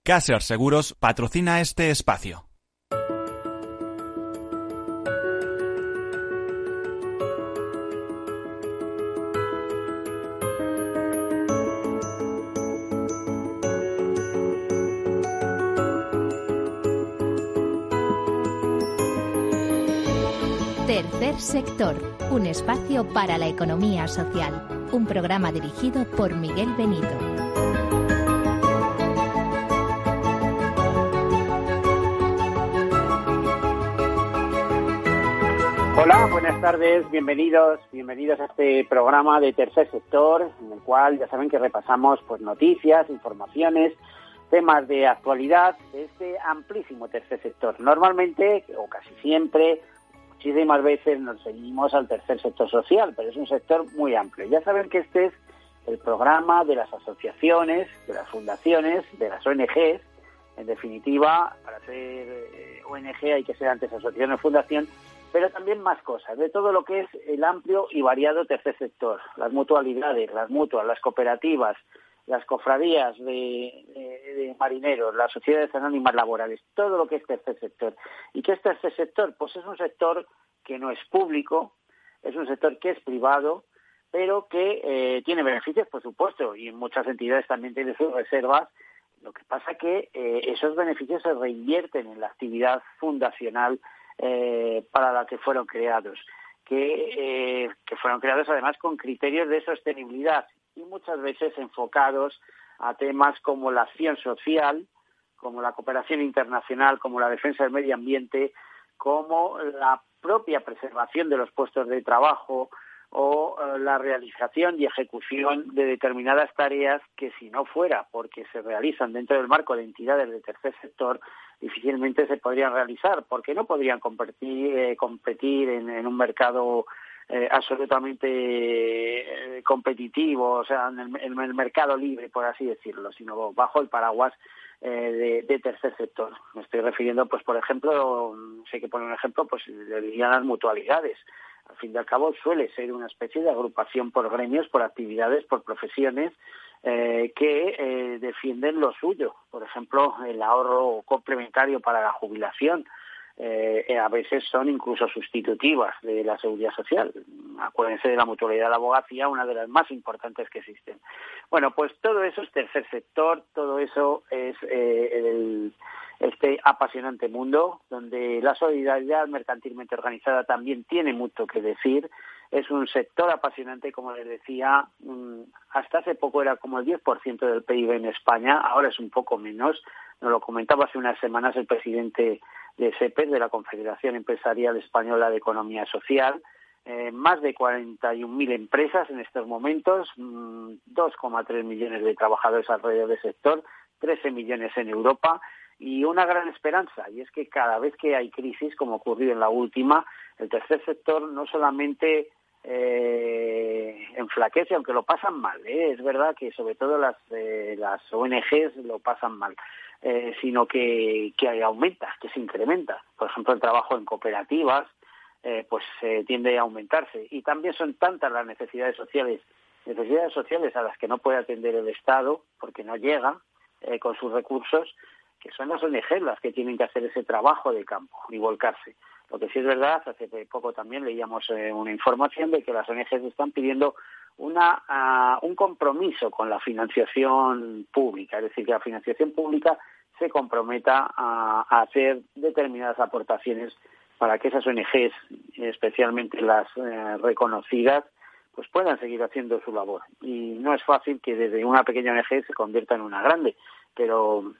Caser Seguros patrocina este espacio. Tercer sector, un espacio para la economía social. Un programa dirigido por Miguel Benito. Hola, buenas tardes, bienvenidos a este programa de Tercer Sector, en el cual ya saben que repasamos pues noticias, informaciones, temas de actualidad de este amplísimo tercer sector. Normalmente, o casi siempre, muchísimas veces nos seguimos al tercer sector social, pero es un sector muy amplio. Ya saben que este es el programa de las asociaciones, de las fundaciones, de las ONGs. En definitiva, para ser ONG hay que ser antes asociación o fundación, pero también más cosas, de todo lo que es el amplio y variado tercer sector. Las mutualidades, las mutuas, las cooperativas, las cofradías de marineros, las sociedades anónimas laborales, todo lo que es tercer sector. ¿Y qué es tercer sector? Pues es un sector que no es público, es un sector que es privado, pero que tiene beneficios, por supuesto, y en muchas entidades también tiene sus reservas. Lo que pasa que esos beneficios se reinvierten en la actividad fundacional para la que fueron creados, que fueron creados además con criterios de sostenibilidad y muchas veces enfocados a temas como la acción social, como la cooperación internacional, como la defensa del medio ambiente, como la propia preservación de los puestos de trabajo o la realización y ejecución de determinadas tareas que, si no fuera porque se realizan dentro del marco de entidades del tercer sector, difícilmente se podrían realizar, porque no podrían competir en un mercado absolutamente competitivo, o sea, en el mercado libre, por así decirlo, sino bajo el paraguas de tercer sector. Me estoy refiriendo, pues, por ejemplo, si hay que poner un ejemplo, pues le dirían las mutualidades. Al fin y al cabo suele ser una especie de agrupación por gremios, por actividades, por profesiones que defienden lo suyo. Por ejemplo, el ahorro complementario para la jubilación. A veces son incluso sustitutivas de la seguridad social. Acuérdense de la mutualidad de la abogacía, una de las más importantes que existen. Bueno, pues todo eso es tercer sector, todo eso es este apasionante mundo donde la solidaridad mercantilmente organizada también tiene mucho que decir. Es un sector apasionante, como les decía, hasta hace poco era como el 10% del PIB en España, ahora es un poco menos. Nos lo comentaba hace unas semanas el presidente de SEPES, de la Confederación Empresarial Española de Economía Social. Más de 41.000 empresas en estos momentos, 2,3 millones de trabajadores alrededor del sector, 13 millones en Europa, y una gran esperanza, y es que cada vez que hay crisis, como ocurrió en la última, el tercer sector no solamente enflaquece, aunque lo pasan mal, es verdad que sobre todo las ONGs lo pasan mal, sino que aumenta, que se incrementa. Por ejemplo, el trabajo en cooperativas pues tiende a aumentarse, y también son tantas las necesidades sociales a las que no puede atender el Estado porque no llega con sus recursos, que son las ONG las que tienen que hacer ese trabajo de campo y volcarse. Lo que sí es verdad, hace poco también leíamos una información de que las ONGs están pidiendo un compromiso con la financiación pública, es decir, que la financiación pública se comprometa a hacer determinadas aportaciones para que esas ONGs, especialmente las reconocidas, pues puedan seguir haciendo su labor. Y no es fácil que desde una pequeña ONG se convierta en una grande, pero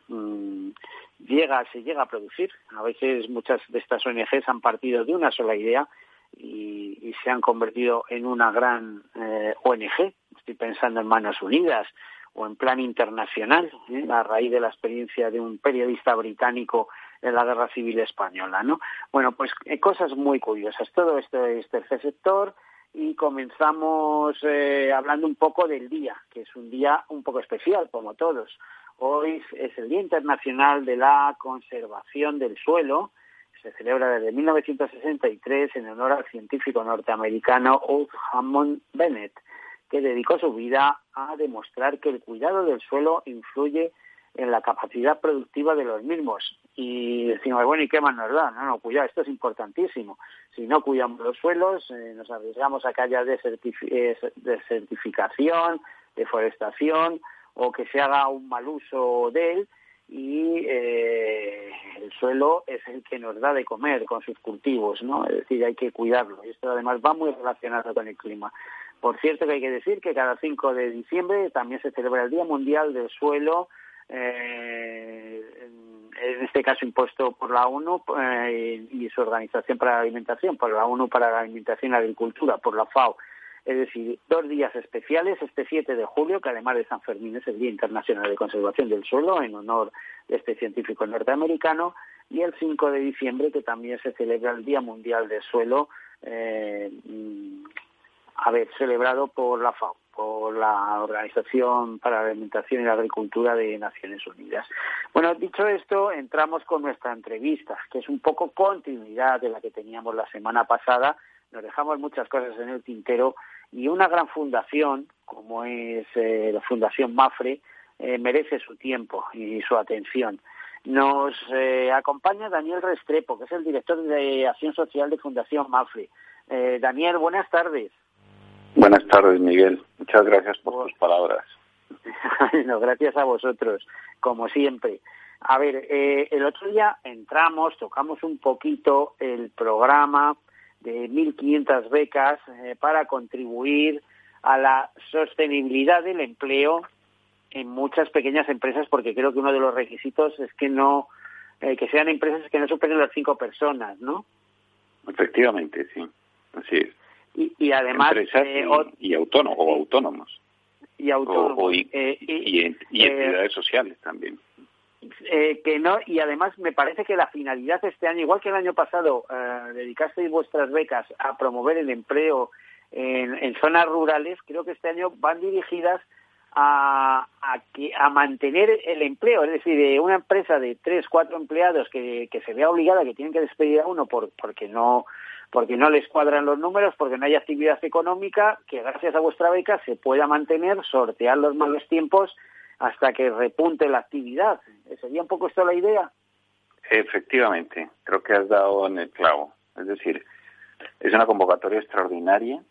se llega a producir. A veces muchas de estas ONGs han partido de una sola idea y se han convertido en una gran ONG. Estoy pensando en Manos Unidas o en Plan Internacional, a raíz de la experiencia de un periodista británico en la Guerra Civil Española, ¿no? Bueno, pues cosas muy curiosas. Todo esto es tercer sector. Y comenzamos hablando un poco del día, que es un día un poco especial, como todos. Hoy es el Día Internacional de la Conservación del Suelo. Se celebra desde 1963 en honor al científico norteamericano Old Hammond Bennett, que dedicó su vida a demostrar que el cuidado del suelo influye en la capacidad productiva de los mismos. Y decimos, bueno, ¿y qué más nos da? No, cuidado, esto es importantísimo. Si no cuidamos los suelos, nos arriesgamos a que haya desertificación, deforestación, o que se haga un mal uso de él, y el suelo es el que nos da de comer con sus cultivos, ¿no? Es decir, hay que cuidarlo. Y esto además va muy relacionado con el clima. Por cierto, que hay que decir que cada 5 de diciembre también se celebra el Día Mundial del Suelo, en este caso impuesto por la ONU y su Organización para la Alimentación, por la ONU para la Alimentación y la Agricultura, por la FAO. Es decir, 2 días especiales, este 7 de julio, que además de San Fermín es el Día Internacional de Conservación del Suelo, en honor de este científico norteamericano, y el 5 de diciembre, que también se celebra el Día Mundial del Suelo, celebrado por la FAO, por la Organización para la Alimentación y la Agricultura de Naciones Unidas. Bueno, dicho esto, entramos con nuestra entrevista, que es un poco continuidad de la que teníamos la semana pasada. Nos dejamos muchas cosas en el tintero y una gran fundación, como es la Fundación MAPFRE, merece su tiempo y su atención. Nos acompaña Daniel Restrepo, que es el director de Acción Social de Fundación MAPFRE. Daniel, buenas tardes. Buenas tardes, Miguel. Muchas gracias por tus palabras. No, gracias a vosotros, como siempre. A ver, el otro día tocamos un poquito el programa de 1.500 becas para contribuir a la sostenibilidad del empleo en muchas pequeñas empresas, porque creo que uno de los requisitos es que que sean empresas que no superen las 5 personas, ¿no? Efectivamente, sí, así es. Y además empresas y autónomos y autónomos y entidades sociales también. Y además me parece que la finalidad este año, igual que el año pasado, dedicasteis vuestras becas a promover el empleo en zonas rurales, creo que este año van dirigidas a mantener el empleo, es decir, una empresa de 3-4 empleados que se vea obligada, que tienen que despedir a uno porque no les cuadran los números, porque no hay actividad económica, que gracias a vuestra beca se pueda mantener, sortear los malos tiempos hasta que repunte la actividad. ¿Sería un poco esto la idea? Efectivamente, creo que has dado en el clavo. Es decir, es una convocatoria extraordinaria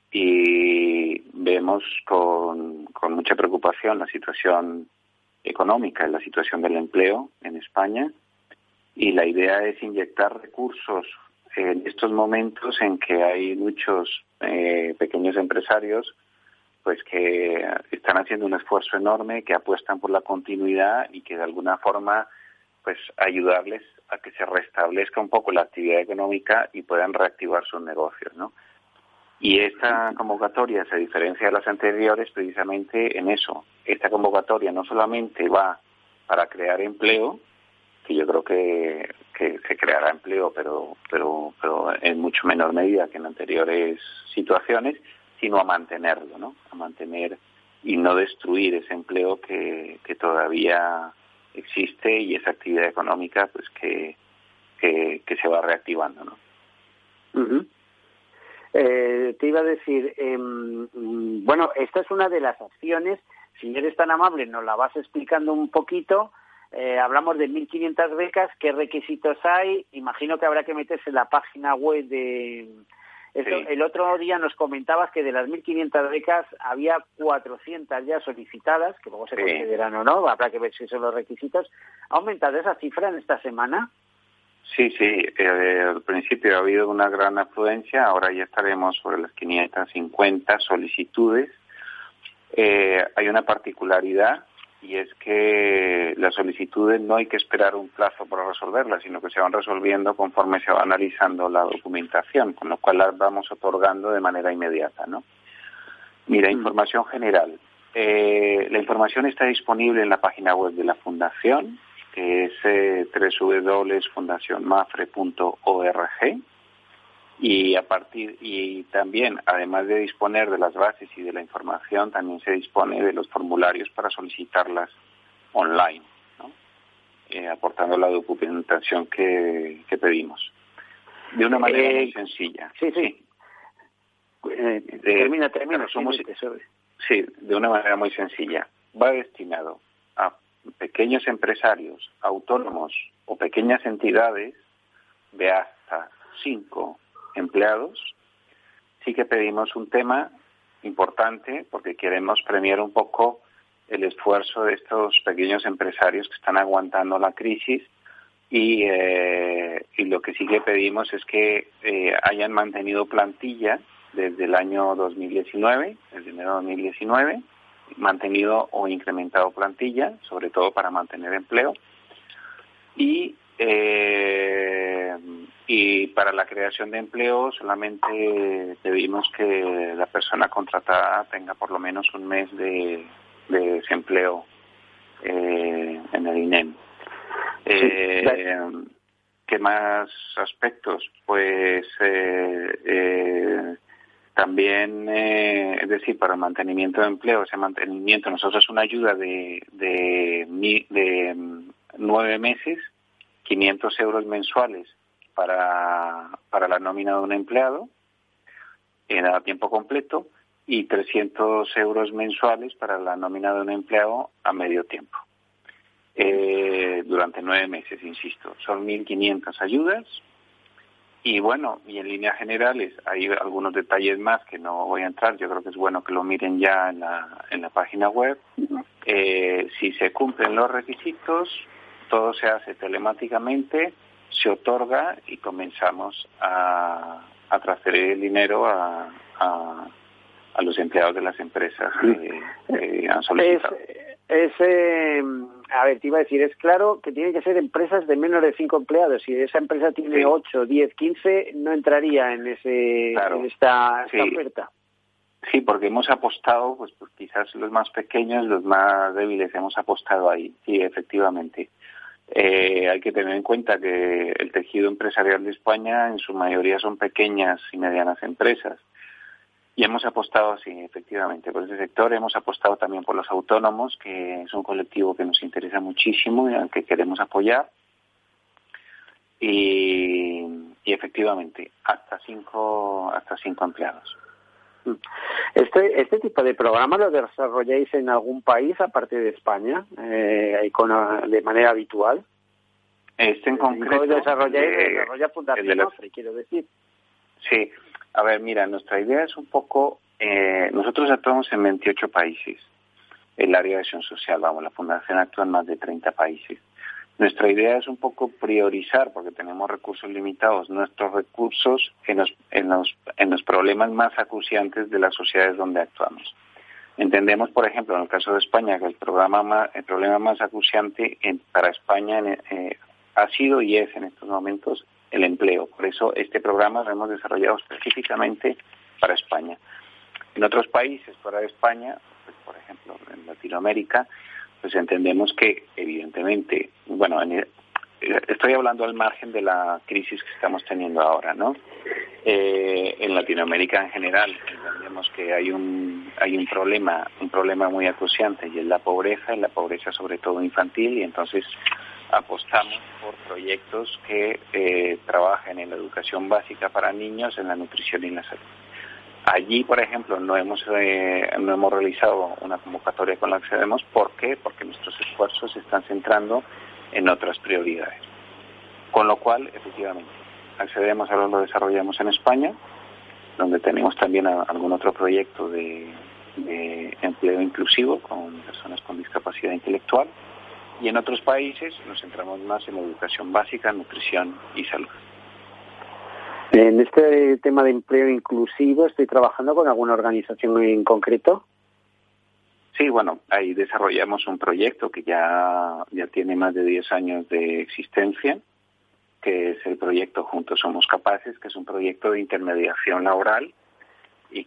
y vemos con mucha preocupación la situación económica y la situación del empleo en España, y la idea es inyectar recursos en estos momentos en que hay muchos pequeños empresarios pues que están haciendo un esfuerzo enorme, que apuestan por la continuidad y que de alguna forma pues ayudarles a que se restablezca un poco la actividad económica y puedan reactivar sus negocios, ¿no? Y esta convocatoria se diferencia de las anteriores precisamente en eso. Esta convocatoria no solamente va para crear empleo, que yo creo que se creará empleo, pero en mucho menor medida que en anteriores situaciones, sino a mantenerlo, ¿no? A mantener y no destruir ese empleo que todavía existe y esa actividad económica pues que se va reactivando, ¿no? Uh-huh. Te iba a decir, bueno, esta es una de las acciones. Si eres tan amable, nos la vas explicando un poquito. Hablamos de 1.500 becas. ¿Qué requisitos hay? Imagino que habrá que meterse en la página web de... Esto, sí. El otro día nos comentabas que de las 1.500 becas había 400 ya solicitadas, que luego se consideran o no, habrá que ver si son los requisitos. ¿Ha aumentado esa cifra en esta semana? Sí, al principio ha habido una gran afluencia, ahora ya estaremos sobre las 550 solicitudes. Hay una particularidad, y es que las solicitudes no hay que esperar un plazo para resolverlas, sino que se van resolviendo conforme se va analizando la documentación, con lo cual las vamos otorgando de manera inmediata, ¿no? Mira, información general. La información está disponible en la página web de la Fundación, que es www.fundacionmapfre.org, y también, además de disponer de las bases y de la información, también se dispone de los formularios para solicitarlas online, ¿no? Aportando la documentación que pedimos de una manera muy sencilla. Sí. Termina. Sí, de una manera muy sencilla. Va destinado a pequeños empresarios, autónomos o pequeñas entidades de hasta 5 empleados, sí que pedimos un tema importante porque queremos premiar un poco el esfuerzo de estos pequeños empresarios que están aguantando la crisis y lo que sí que pedimos es que hayan mantenido plantilla desde el año 2019, desde enero de 2019, mantenido o incrementado plantilla, sobre todo para mantener empleo, y para la creación de empleo solamente pedimos que la persona contratada tenga por lo menos un mes de desempleo en el INEM. ¿Qué más aspectos? Pues también, es decir, para el mantenimiento de empleo, ese mantenimiento, nosotros es una ayuda de 9 meses, 500 euros mensuales para la nómina de un empleado a tiempo completo y 300 euros mensuales para la nómina de un empleado a medio tiempo. Durante 9 meses, insisto. Son 1.500 ayudas. Y bueno, y en líneas generales hay algunos detalles más que no voy a entrar. Yo creo que es bueno que lo miren ya en la página web. Si se cumplen los requisitos, todo se hace telemáticamente, se otorga y comenzamos a transferir el dinero a los empleados de las empresas que han solicitado. A ver, te iba a decir, es claro que tienen que ser empresas de menos de 5 empleados. Si esa empresa tiene 8, 10, 15, no entraría en esta oferta. Sí, porque hemos apostado, pues quizás los más pequeños, los más débiles, hemos apostado ahí. Sí, efectivamente. Hay que tener en cuenta que el tejido empresarial de España en su mayoría son pequeñas y medianas empresas. Y hemos apostado, sí, efectivamente, por ese sector. Hemos apostado también por los autónomos, que es un colectivo que nos interesa muchísimo y al que queremos apoyar. Y efectivamente, hasta cinco empleados. ¿Este tipo de programa lo desarrolláis en algún país aparte de España, de manera habitual? En concreto... ¿Lo desarrolla Fundación OFRE, quiero decir? Sí. A ver, mira, nuestra idea es un poco... nosotros actuamos en 28 países. El área de acción social, la Fundación actúa en más de 30 países. Nuestra idea es un poco priorizar, porque tenemos recursos limitados, nuestros recursos en los problemas más acuciantes de las sociedades donde actuamos. Entendemos, por ejemplo, en el caso de España, que el problema más acuciante para España ha sido y es en estos momentos el empleo. Por eso este programa lo hemos desarrollado específicamente para España. En otros países fuera de España, pues, por ejemplo, en Latinoamérica, pues entendemos que, evidentemente, estoy hablando al margen de la crisis que estamos teniendo ahora, ¿no? En Latinoamérica en general entendemos que hay un problema muy acuciante y es la pobreza sobre todo infantil, y entonces apostamos por proyectos que trabajen en la educación básica para niños, en la nutrición y en la salud. Allí, por ejemplo, no hemos realizado una convocatoria con la que accedemos. ¿Por qué? Porque nuestros esfuerzos se están centrando en otras prioridades. Con lo cual, efectivamente, accedemos, ahora lo desarrollamos en España, donde tenemos también algún otro proyecto de empleo inclusivo con personas con discapacidad intelectual. Y en otros países nos centramos más en la educación básica, nutrición y salud. En este tema de empleo inclusivo, ¿estoy trabajando con alguna organización en concreto? Sí, ahí desarrollamos un proyecto que ya tiene más de 10 años de existencia, que es el proyecto Juntos Somos Capaces, que es un proyecto de intermediación laboral y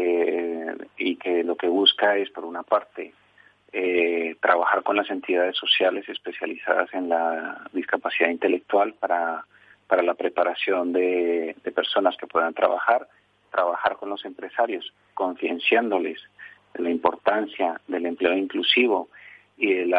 que lo que busca es, por una parte, trabajar con las entidades sociales especializadas en la discapacidad intelectual para la preparación de personas que puedan trabajar con los empresarios, concienciándoles de la importancia del empleo inclusivo y del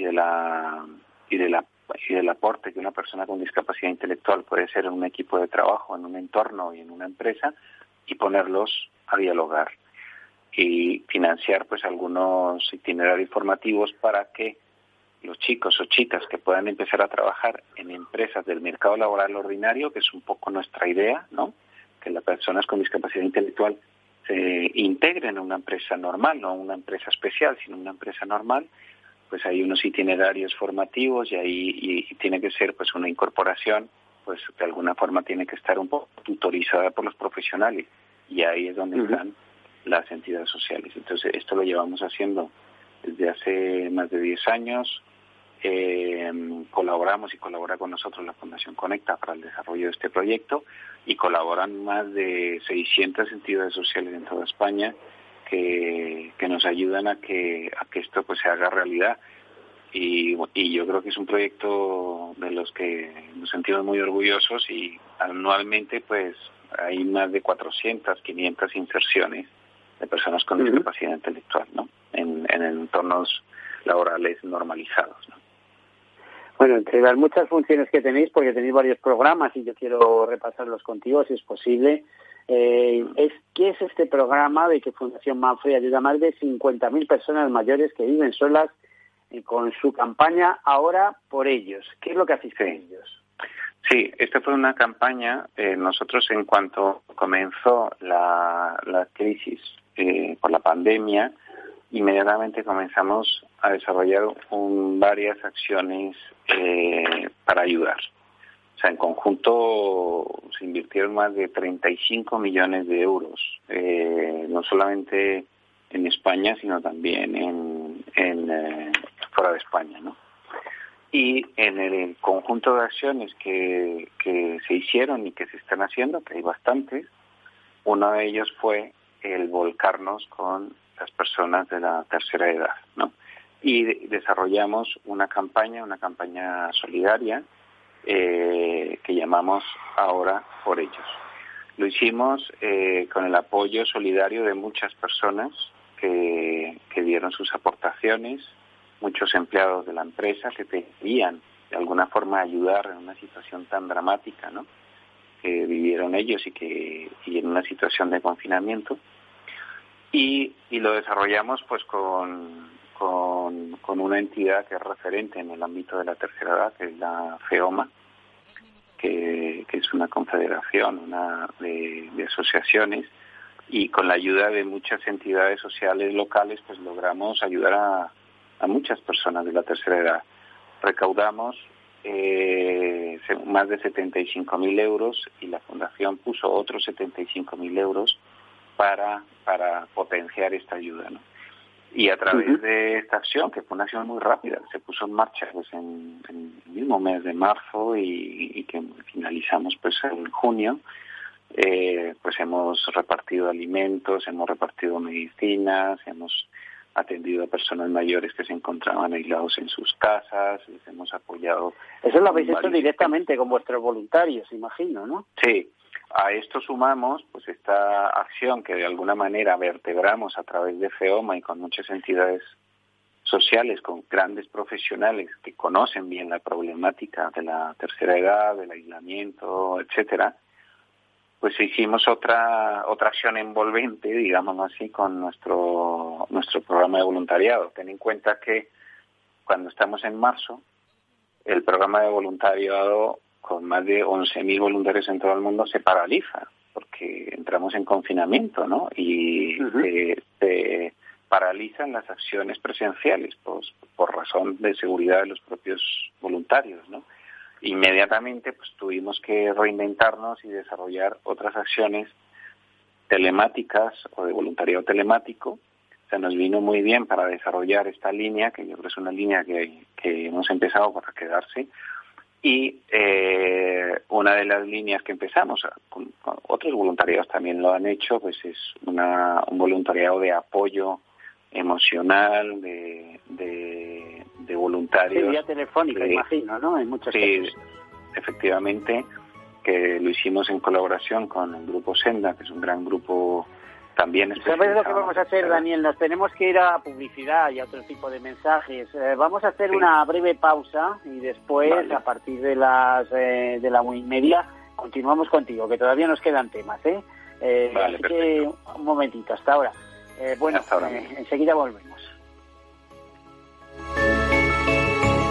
aporte que una persona con discapacidad intelectual puede ser en un equipo de trabajo, en un entorno y en una empresa, y ponerlos a dialogar y financiar pues algunos itinerarios formativos para que los chicos o chicas que puedan empezar a trabajar en empresas del mercado laboral ordinario, que es un poco nuestra idea, ¿no? Que las personas con discapacidad intelectual se integren en una empresa normal, no una empresa especial, sino una empresa normal. Pues hay unos itinerarios formativos y tiene que ser pues una incorporación, pues de alguna forma tiene que estar un poco tutorizada por los profesionales, y ahí es donde están las entidades sociales. Entonces esto lo llevamos haciendo desde hace más de 10 años. Colaboramos y colabora con nosotros la Fundación Conecta para el desarrollo de este proyecto, y colaboran más de 600 entidades sociales en toda España que nos ayudan a que esto pues se haga realidad. Y yo creo que es un proyecto de los que nos sentimos muy orgullosos, y anualmente pues hay más de 400, 500 inserciones de personas con discapacidad intelectual, ¿no? En entornos laborales normalizados, ¿no? Bueno, entre las muchas funciones que tenéis, porque tenéis varios programas y yo quiero repasarlos contigo, si es posible, ¿qué es este programa de que Fundación Mapfre ayuda a más de 50.000 personas mayores que viven solas con su campaña Ahora por ellos? ¿Qué es lo que hacéis con ellos? Sí, esta fue una campaña, nosotros en cuanto comenzó la crisis por la pandemia, inmediatamente comenzamos a desarrollar varias acciones para ayudar. O sea, en conjunto se invirtieron más de 35 millones de euros, no solamente en España, sino también fuera de España, ¿no? Y en el conjunto de acciones que se hicieron y que se están haciendo, que hay bastantes, uno de ellos fue el volcarnos con las personas de la tercera edad, ¿no? Y desarrollamos una campaña solidaria que llamamos Ahora por ellos. Lo hicimos con el apoyo solidario de muchas personas que dieron sus aportaciones, muchos empleados de la empresa que querían de alguna forma ayudar en una situación tan dramática, ¿no?, que vivieron ellos y en una situación de confinamiento. Y lo desarrollamos pues con una entidad que es referente en el ámbito de la tercera edad, que es la FEOMA, que es una confederación de asociaciones, y con la ayuda de muchas entidades sociales locales pues logramos ayudar a muchas personas de la tercera edad. Recaudamos más de 75.000 euros, y la Fundación puso otros 75.000 euros para potenciar esta ayuda, ¿no? Y a través de esta acción, que fue una acción muy rápida, se puso en marcha pues en el mismo mes de marzo y que finalizamos pues en junio, pues hemos repartido alimentos, hemos repartido medicinas, hemos atendido a personas mayores que se encontraban aislados en sus casas, les hemos apoyado. Eso lo habéis hecho directamente con vuestros voluntarios, imagino, ¿no? Sí. A esto sumamos pues esta acción que de alguna manera vertebramos a través de FEOMA y con muchas entidades sociales, con grandes profesionales que conocen bien la problemática de la tercera edad, del aislamiento, etcétera. Pues hicimos otra acción envolvente, digámoslo así, con nuestro programa de voluntariado. Ten en cuenta que cuando estamos en marzo, el programa de voluntariado con más de 11.000 voluntarios en todo el mundo se paraliza, porque entramos en confinamiento, ¿no? Y se paralizan las acciones presenciales, pues, por razón de seguridad de los propios voluntarios, ¿no? Inmediatamente pues tuvimos que reinventarnos y desarrollar otras acciones telemáticas o de voluntariado telemático. O sea, nos vino muy bien para desarrollar esta línea, que yo creo que es una línea que hemos empezado para quedarse. Y una de las líneas que empezamos, con otros voluntariados también lo han hecho, pues es un voluntariado de apoyo emocional, de voluntarios. Sí, vía telefónica, imagino, ¿no? En muchos casos. Sí, efectivamente, que lo hicimos en colaboración con el Grupo Senda, que es un gran grupo también especializado. ¿Sabes lo que vamos a hacer, Daniel? Nos tenemos que ir a publicidad y a otro tipo de mensajes. Vamos a hacer una breve pausa y después, a partir de la 1:30, continuamos contigo, que todavía nos quedan temas, ¿eh? Vale, así perfecto. que un momentito, hasta ahora. Bueno, hasta ahora. enseguida volvemos.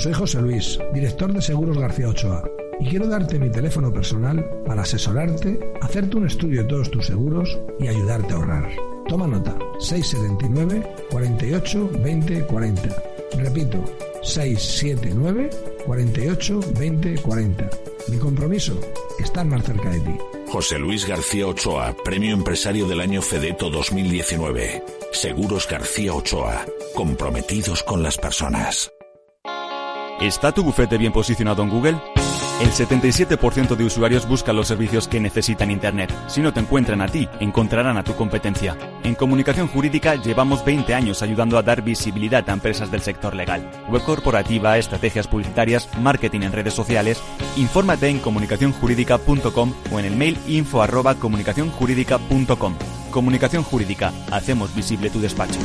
Soy José Luis, director de Seguros García Ochoa, y quiero darte mi teléfono personal para asesorarte, hacerte un estudio de todos tus seguros y ayudarte a ahorrar. Toma nota: 679 48 20 40. Repito, 679 48 20 40. Mi compromiso, estar más cerca de ti. José Luis García Ochoa, Premio Empresario del Año Fedeto 2019. Seguros García Ochoa, comprometidos con las personas. ¿Está tu bufete bien posicionado en Google? El 77% de usuarios buscan los servicios que necesitan Internet. Si no te encuentran a ti, encontrarán a tu competencia. En Comunicación Jurídica llevamos 20 años ayudando a dar visibilidad a empresas del sector legal. Web corporativa, estrategias publicitarias, marketing en redes sociales. Infórmate en comunicacionjurídica.com o en el mail info@comunicacionjurídica.com. Comunicación Jurídica. Hacemos visible tu despacho.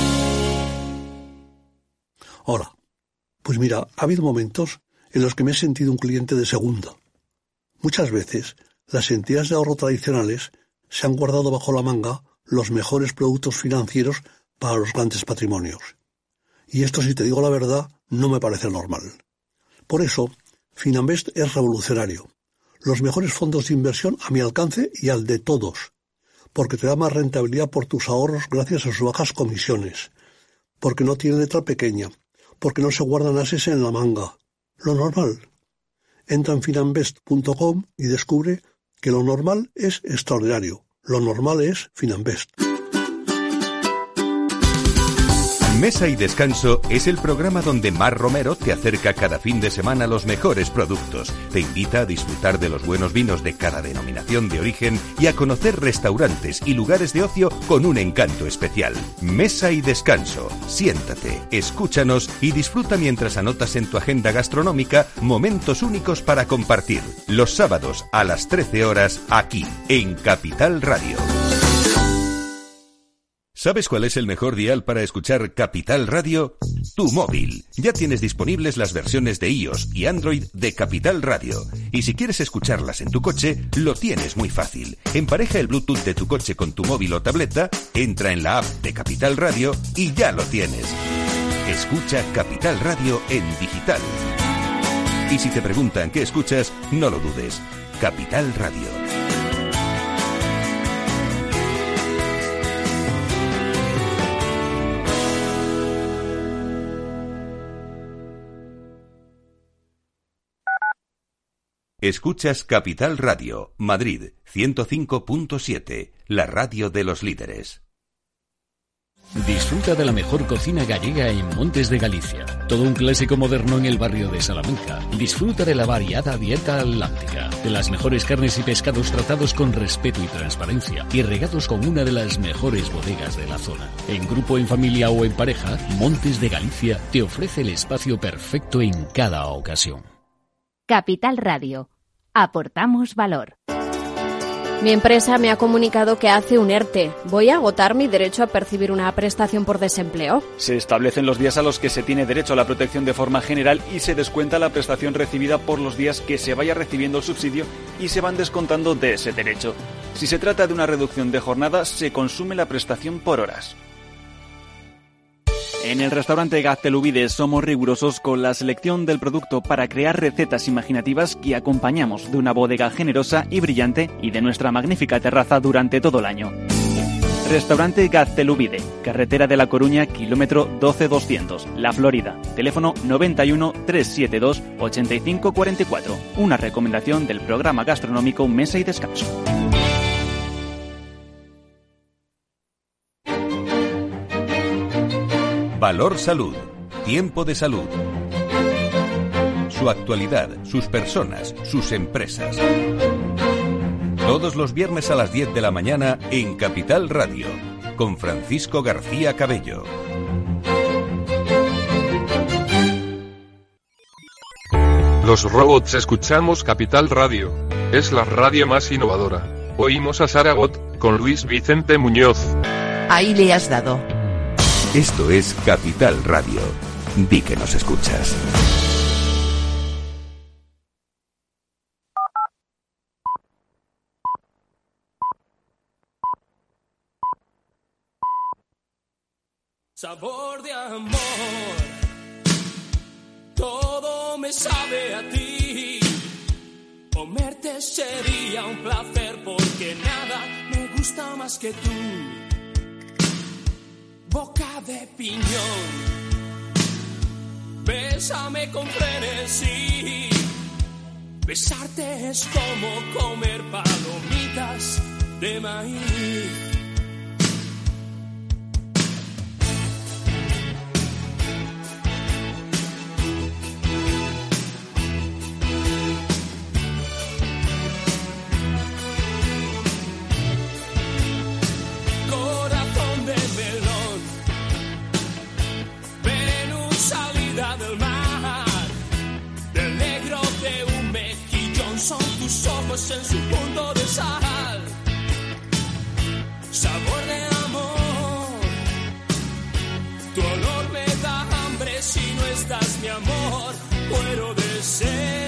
Hola. Pues mira, ha habido momentos en los que me he sentido un cliente de segunda. Muchas veces, las entidades de ahorro tradicionales se han guardado bajo la manga los mejores productos financieros para los grandes patrimonios. Y esto, si te digo la verdad, no me parece normal. Por eso, Finanbest es revolucionario. Los mejores fondos de inversión a mi alcance y al de todos. Porque te da más rentabilidad por tus ahorros gracias a sus bajas comisiones. Porque no tiene letra pequeña. Porque no se guardan ases en la manga. Lo normal. Entra en finanbest.com y descubre que lo normal es extraordinario. Lo normal es Finanbest. Mesa y Descanso es el programa donde Mar Romero te acerca cada fin de semana los mejores productos, te invita a disfrutar de los buenos vinos de cada denominación de origen y a conocer restaurantes y lugares de ocio con un encanto especial. Mesa y Descanso. Siéntate, escúchanos y disfruta mientras anotas en tu agenda gastronómica momentos únicos para compartir. Los sábados a las 13 horas aquí, en Capital Radio. ¿Sabes cuál es el mejor dial para escuchar Capital Radio? Tu móvil. Ya tienes disponibles las versiones de iOS y Android de Capital Radio. Y si quieres escucharlas en tu coche, lo tienes muy fácil. Empareja el Bluetooth de tu coche con tu móvil o tableta, entra en la app de Capital Radio y ya lo tienes. Escucha Capital Radio en digital. Y si te preguntan qué escuchas, no lo dudes. Capital Radio. Escuchas Capital Radio, Madrid, 105.7, la radio de los líderes. Disfruta de la mejor cocina gallega en Montes de Galicia. Todo un clásico moderno en el barrio de Salamanca. Disfruta de la variada dieta atlántica, de las mejores carnes y pescados tratados con respeto y transparencia y regados con una de las mejores bodegas de la zona. En grupo, en familia o en pareja, Montes de Galicia te ofrece el espacio perfecto en cada ocasión. Capital Radio. Aportamos valor. Mi empresa me ha comunicado que hace un ERTE. ¿Voy a agotar mi derecho a percibir una prestación por desempleo? Se establecen los días a los que se tiene derecho a la protección de forma general y se descuenta la prestación recibida por los días que se vaya recibiendo el subsidio y se van descontando de ese derecho. Si se trata de una reducción de jornada, se consume la prestación por horas. En el restaurante Gaztelubides somos rigurosos con la selección del producto para crear recetas imaginativas que acompañamos de una bodega generosa y brillante y de nuestra magnífica terraza durante todo el año. Restaurante Gaztelubide, carretera de La Coruña, kilómetro 12200, La Florida, teléfono 91 372 8544. Una recomendación del programa gastronómico Mesa y Descanso. Valor Salud. Tiempo de salud. Su actualidad, sus personas, sus empresas. Todos los viernes a las 10 de la mañana en Capital Radio, con Francisco García Cabello. Los robots escuchamos Capital Radio. Es la radio más innovadora. Oímos a Saragot, con Luis Vicente Muñoz. Ahí le has dado. Esto es Capital Radio. Di que nos escuchas. Sabor de amor. todo me sabe a ti. Comerte sería un placer porque nada me gusta más que tú. Boca de piñón, bésame con frenesí. Besarte es como comer palomitas de maíz. En su punto de sal, sabor de amor, tu olor me da hambre si no estás, mi amor, muero de sed.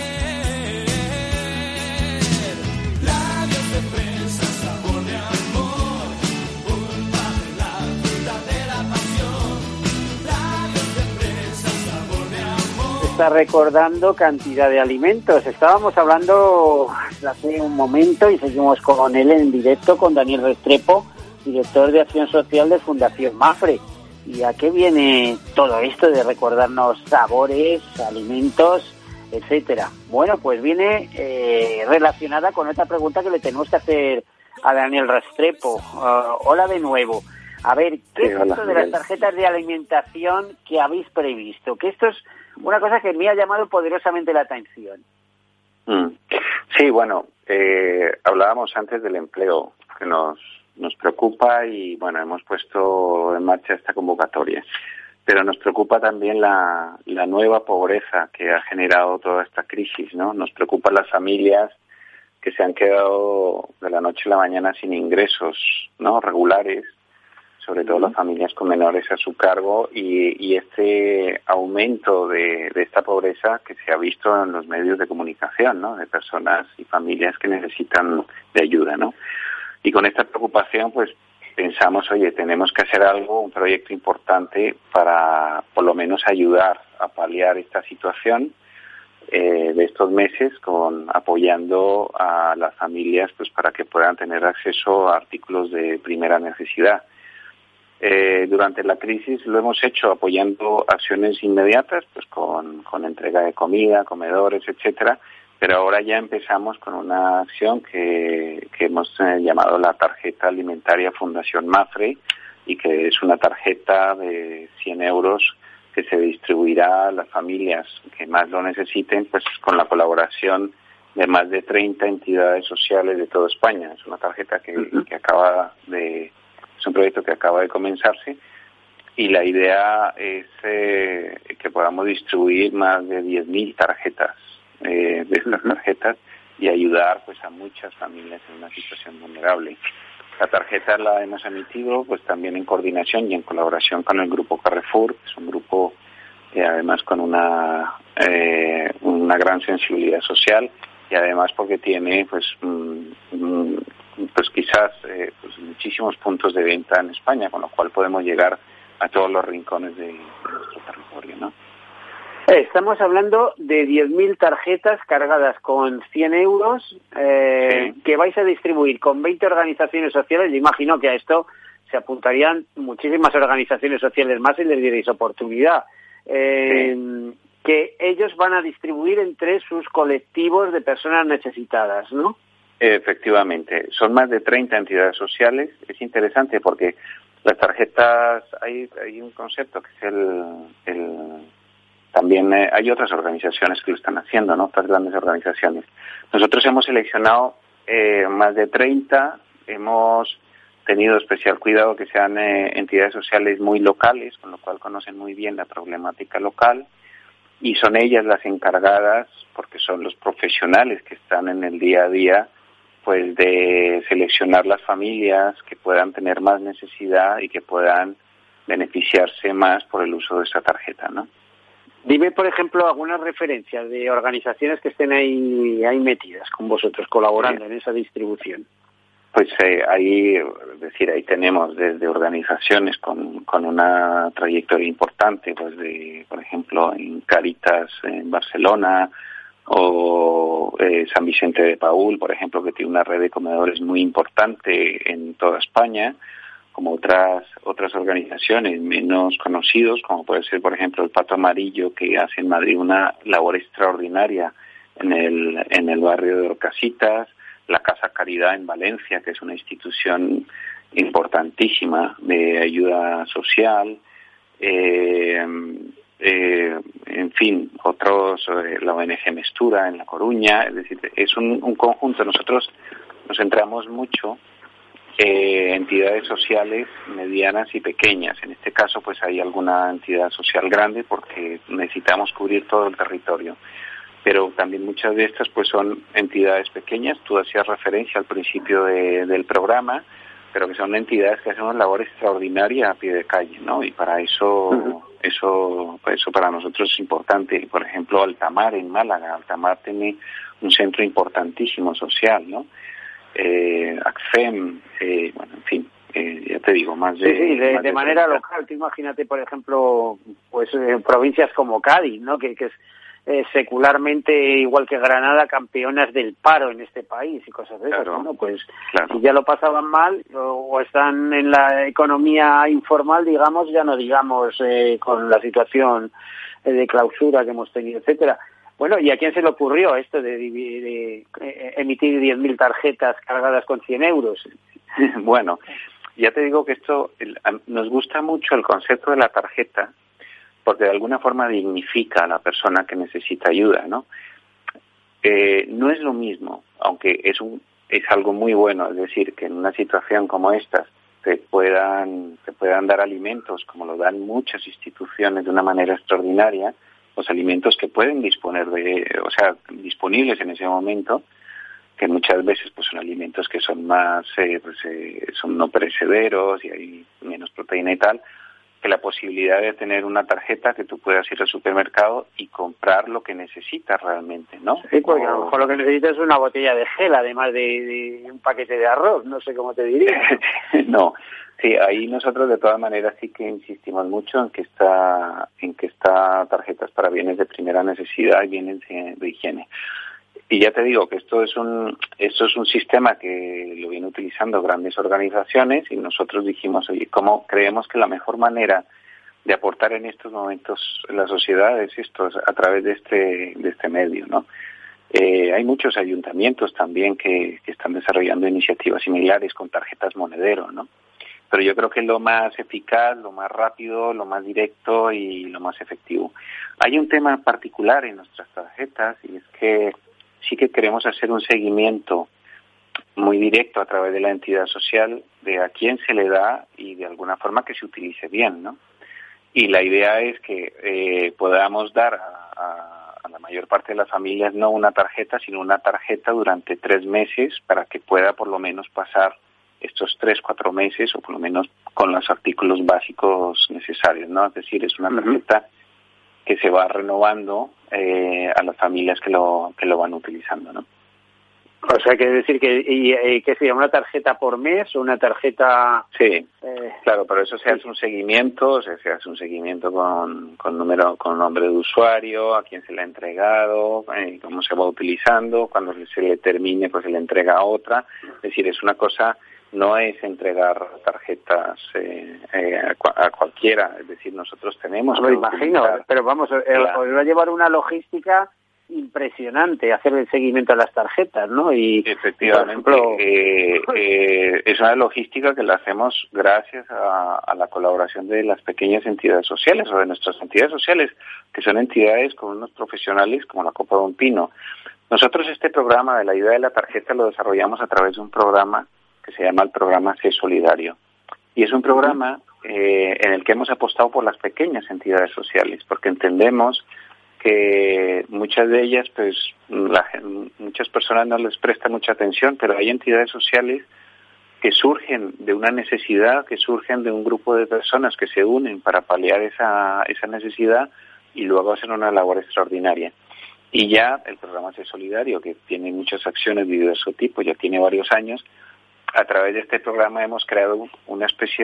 Labios de fresa, sabor de amor, pulpa de la fruta de la pasión. Labios de fresa, sabor de amor. Está recordando cantidad de alimentos. Estábamos hablando hace un momento y seguimos con él en directo, con Daniel Restrepo, director de Acción Social de Fundación Mapfre. ¿Y a qué viene todo esto de recordarnos sabores, alimentos, etcétera? Bueno, pues viene relacionada con otra pregunta que le tenemos que hacer a Daniel Restrepo. Hola de nuevo. A ver, ¿qué es esto de las tarjetas de alimentación que habéis previsto? Que esto es una cosa que me ha llamado poderosamente la atención. Sí, bueno, hablábamos antes del empleo, que nos preocupa y, bueno, hemos puesto en marcha esta convocatoria. Pero nos preocupa también la nueva pobreza que ha generado toda esta crisis, ¿no? Nos preocupan las familias que se han quedado de la noche a la mañana sin ingresos, ¿no?, regulares, sobre todo las familias con menores a su cargo, y este aumento de esta pobreza que se ha visto en los medios de comunicación, ¿no?, de personas y familias que necesitan de ayuda, ¿no? Y con esta preocupación, pues, pensamos, oye, tenemos que hacer algo, un proyecto importante para, por lo menos, ayudar a paliar esta situación de estos meses, apoyando a las familias, pues, para que puedan tener acceso a artículos de primera necesidad. Durante la crisis lo hemos hecho apoyando acciones inmediatas, pues con entrega de comida, comedores, etcétera, pero ahora ya empezamos con una acción que hemos llamado la tarjeta alimentaria Fundación Mapfre, y que es una tarjeta de 100 euros que se distribuirá a las familias que más lo necesiten, pues con la colaboración de más de 30 entidades sociales de toda España. Es una tarjeta que es un proyecto que acaba de comenzarse, y la idea es que podamos distribuir más de 10.000 tarjetas de estas tarjetas y ayudar, pues, a muchas familias en una situación vulnerable. La tarjeta la hemos emitido, pues, también en coordinación y en colaboración con el Grupo Carrefour, que es un grupo además con una gran sensibilidad social, y además porque tiene, pues quizás muchísimos puntos de venta en España, con lo cual podemos llegar a todos los rincones de nuestro territorio, ¿no? Estamos hablando de 10.000 tarjetas cargadas con 100 euros sí, que vais a distribuir con 20 organizaciones sociales. Yo imagino que a esto se apuntarían muchísimas organizaciones sociales más y les diréis oportunidad. Sí. Que ellos van a distribuir entre sus colectivos de personas necesitadas, ¿no? Efectivamente, son más de 30 entidades sociales. Es interesante porque las tarjetas, hay un concepto que es también hay otras organizaciones que lo están haciendo, ¿no? Otras grandes organizaciones. Nosotros hemos seleccionado más de 30, hemos tenido especial cuidado que sean entidades sociales muy locales, con lo cual conocen muy bien la problemática local, y son ellas las encargadas, porque son los profesionales que están en el día a día, pues de seleccionar las familias que puedan tener más necesidad y que puedan beneficiarse más por el uso de esta tarjeta, ¿no? Dime, por ejemplo, algunas referencias de organizaciones que estén ahí metidas con vosotros, colaborando en esa distribución. Pues ahí tenemos desde organizaciones con una trayectoria importante, pues por ejemplo, en Caritas en Barcelona, o San Vicente de Paúl, por ejemplo, que tiene una red de comedores muy importante en toda España, como otras organizaciones menos conocidos, como puede ser, por ejemplo, el Pato Amarillo, que hace en Madrid una labor extraordinaria en el barrio de Orcasitas, la Casa Caridad en Valencia, que es una institución importantísima de ayuda social, en fin, otros, la ONG Mestura en La Coruña, es decir, es un conjunto. Nosotros nos centramos mucho entidades sociales medianas y pequeñas. En este caso, pues hay alguna entidad social grande porque necesitamos cubrir todo el territorio. Pero también muchas de estas pues son entidades pequeñas. Tú hacías referencia al principio del programa, pero que son entidades que hacen una labor extraordinaria a pie de calle, ¿no? Y para eso para nosotros es importante. Por ejemplo, Altamar en Málaga. Altamar tiene un centro importantísimo social, ¿no? ACFEM, bueno, en fin, ya te digo, más de... Sí, más de manera local. Tú imagínate, por ejemplo, pues provincias como Cádiz, ¿no? Que es secularmente, igual que Granada, campeonas del paro en este país y cosas de esas, ¿no? Pues si ya lo pasaban mal o están en la economía informal, digamos, ya no digamos con la situación de clausura que hemos tenido, etcétera. Bueno, ¿y a quién se le ocurrió esto de emitir 10.000 tarjetas cargadas con 100 euros? Bueno, ya te digo que esto nos gusta mucho el concepto de la tarjeta, porque de alguna forma dignifica a la persona que necesita ayuda, ¿no? No es lo mismo, aunque es algo muy bueno, es decir, que en una situación como esta te puedan dar alimentos, como lo dan muchas instituciones de una manera extraordinaria, los alimentos que pueden disponer disponibles en ese momento, que muchas veces pues son alimentos que son más, son no perecederos y hay menos proteína y tal, que la posibilidad de tener una tarjeta que tú puedas ir al supermercado y comprar lo que necesitas realmente, ¿no? Sí, porque a lo mejor lo que necesitas es una botella de gel, además de un paquete de arroz, no sé cómo te diría. No, sí, ahí nosotros de todas maneras sí que insistimos mucho en que esta tarjetas para bienes de primera necesidad y bienes de higiene. Y ya te digo que esto es un sistema que lo vienen utilizando grandes organizaciones y nosotros dijimos, oye, ¿cómo creemos que la mejor manera de aportar en estos momentos en la sociedad es esto, a través de este medio, ¿no? Hay muchos ayuntamientos también que están desarrollando iniciativas similares con tarjetas monedero, ¿no? Pero yo creo que es lo más eficaz, lo más rápido, lo más directo y lo más efectivo. Hay un tema particular en nuestras tarjetas y es que sí que queremos hacer un seguimiento muy directo a través de la entidad social de a quién se le da y de alguna forma que se utilice bien, ¿no? Y la idea es que podamos dar a la mayor parte de las familias no una tarjeta, sino una tarjeta durante 3 meses para que pueda por lo menos pasar estos 3-4 meses o por lo menos con los artículos básicos necesarios, ¿no? Es decir, es una tarjeta que se va renovando a las familias que lo van utilizando, ¿no? O sea, quiere decir que sería una tarjeta por mes o una tarjeta... Sí, claro, pero eso se hace un seguimiento, o sea, se hace un seguimiento con nombre de usuario, a quién se le ha entregado, cómo se va utilizando, cuando se le termine pues se le entrega otra, es decir, es una cosa... No es entregar tarjetas a cualquiera, es decir, nosotros tenemos... No me imagino, pero vamos, os va a llevar una logística impresionante hacer el seguimiento a las tarjetas, ¿no? Y efectivamente, por ejemplo... es una logística que la hacemos gracias a la colaboración de las pequeñas entidades sociales o de nuestras entidades sociales, que son entidades con unos profesionales como la Copa Don Pino. Nosotros este programa de la ayuda de la tarjeta lo desarrollamos a través de un programa que se llama el programa C Solidario. Y es un programa en el que hemos apostado por las pequeñas entidades sociales, porque entendemos que muchas de ellas, pues muchas personas no les prestan mucha atención, pero hay entidades sociales que surgen de una necesidad, que surgen de un grupo de personas que se unen para paliar esa necesidad y luego hacen una labor extraordinaria. Y ya el programa C Solidario, que tiene muchas acciones de diverso tipo, ya tiene varios años, a través de este programa hemos creado una especie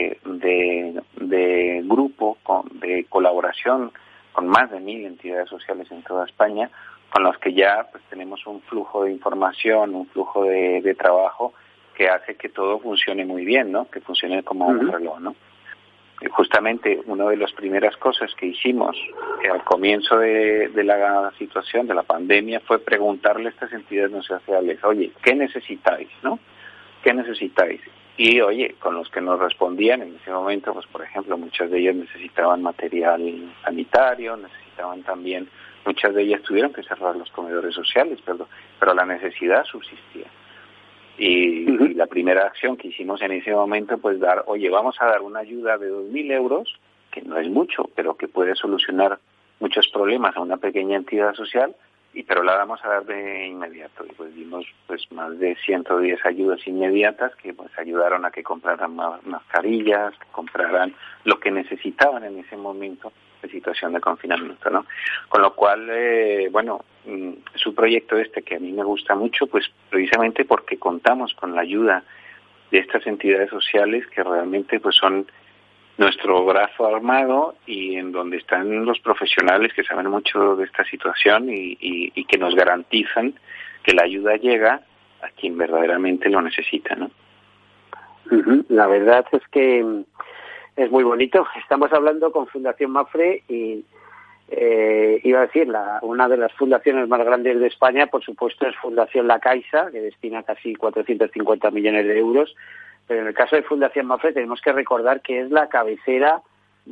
de grupo de colaboración con más de 1.000 entidades sociales en toda España, con los que ya pues tenemos un flujo de información, un flujo de trabajo que hace que todo funcione muy bien, ¿no? Que funcione como un reloj, ¿no? Y justamente una de las primeras cosas que hicimos al comienzo de la situación, de la pandemia, fue preguntarle a estas entidades sociales, oye, ¿qué necesitáis, no? ¿Qué necesitáis? Y, oye, con los que nos respondían en ese momento, pues, por ejemplo, muchas de ellas necesitaban material sanitario, necesitaban también, muchas de ellas tuvieron que cerrar los comedores sociales, pero la necesidad subsistía. Y la primera acción que hicimos en ese momento, pues vamos a dar una ayuda de 2.000 euros, que no es mucho, pero que puede solucionar muchos problemas a una pequeña entidad social, pero la vamos a dar de inmediato. Y pues dimos pues más de 110 ayudas inmediatas que pues ayudaron a que compraran más mascarillas, que compraran lo que necesitaban en ese momento de situación de confinamiento, ¿no? Con lo cual, es un proyecto que a mí me gusta mucho, pues precisamente porque contamos con la ayuda de estas entidades sociales que realmente pues son nuestro brazo armado y en donde están los profesionales que saben mucho de esta situación y que nos garantizan que la ayuda llega a quien verdaderamente lo necesita, ¿no? La verdad es que es muy bonito. Estamos hablando con Fundación Mapfre y iba a decir, una de las fundaciones más grandes de España, por supuesto, es Fundación La Caixa, que destina casi 450 millones de euros. Pero en el caso de Fundación Mapfre tenemos que recordar que es la cabecera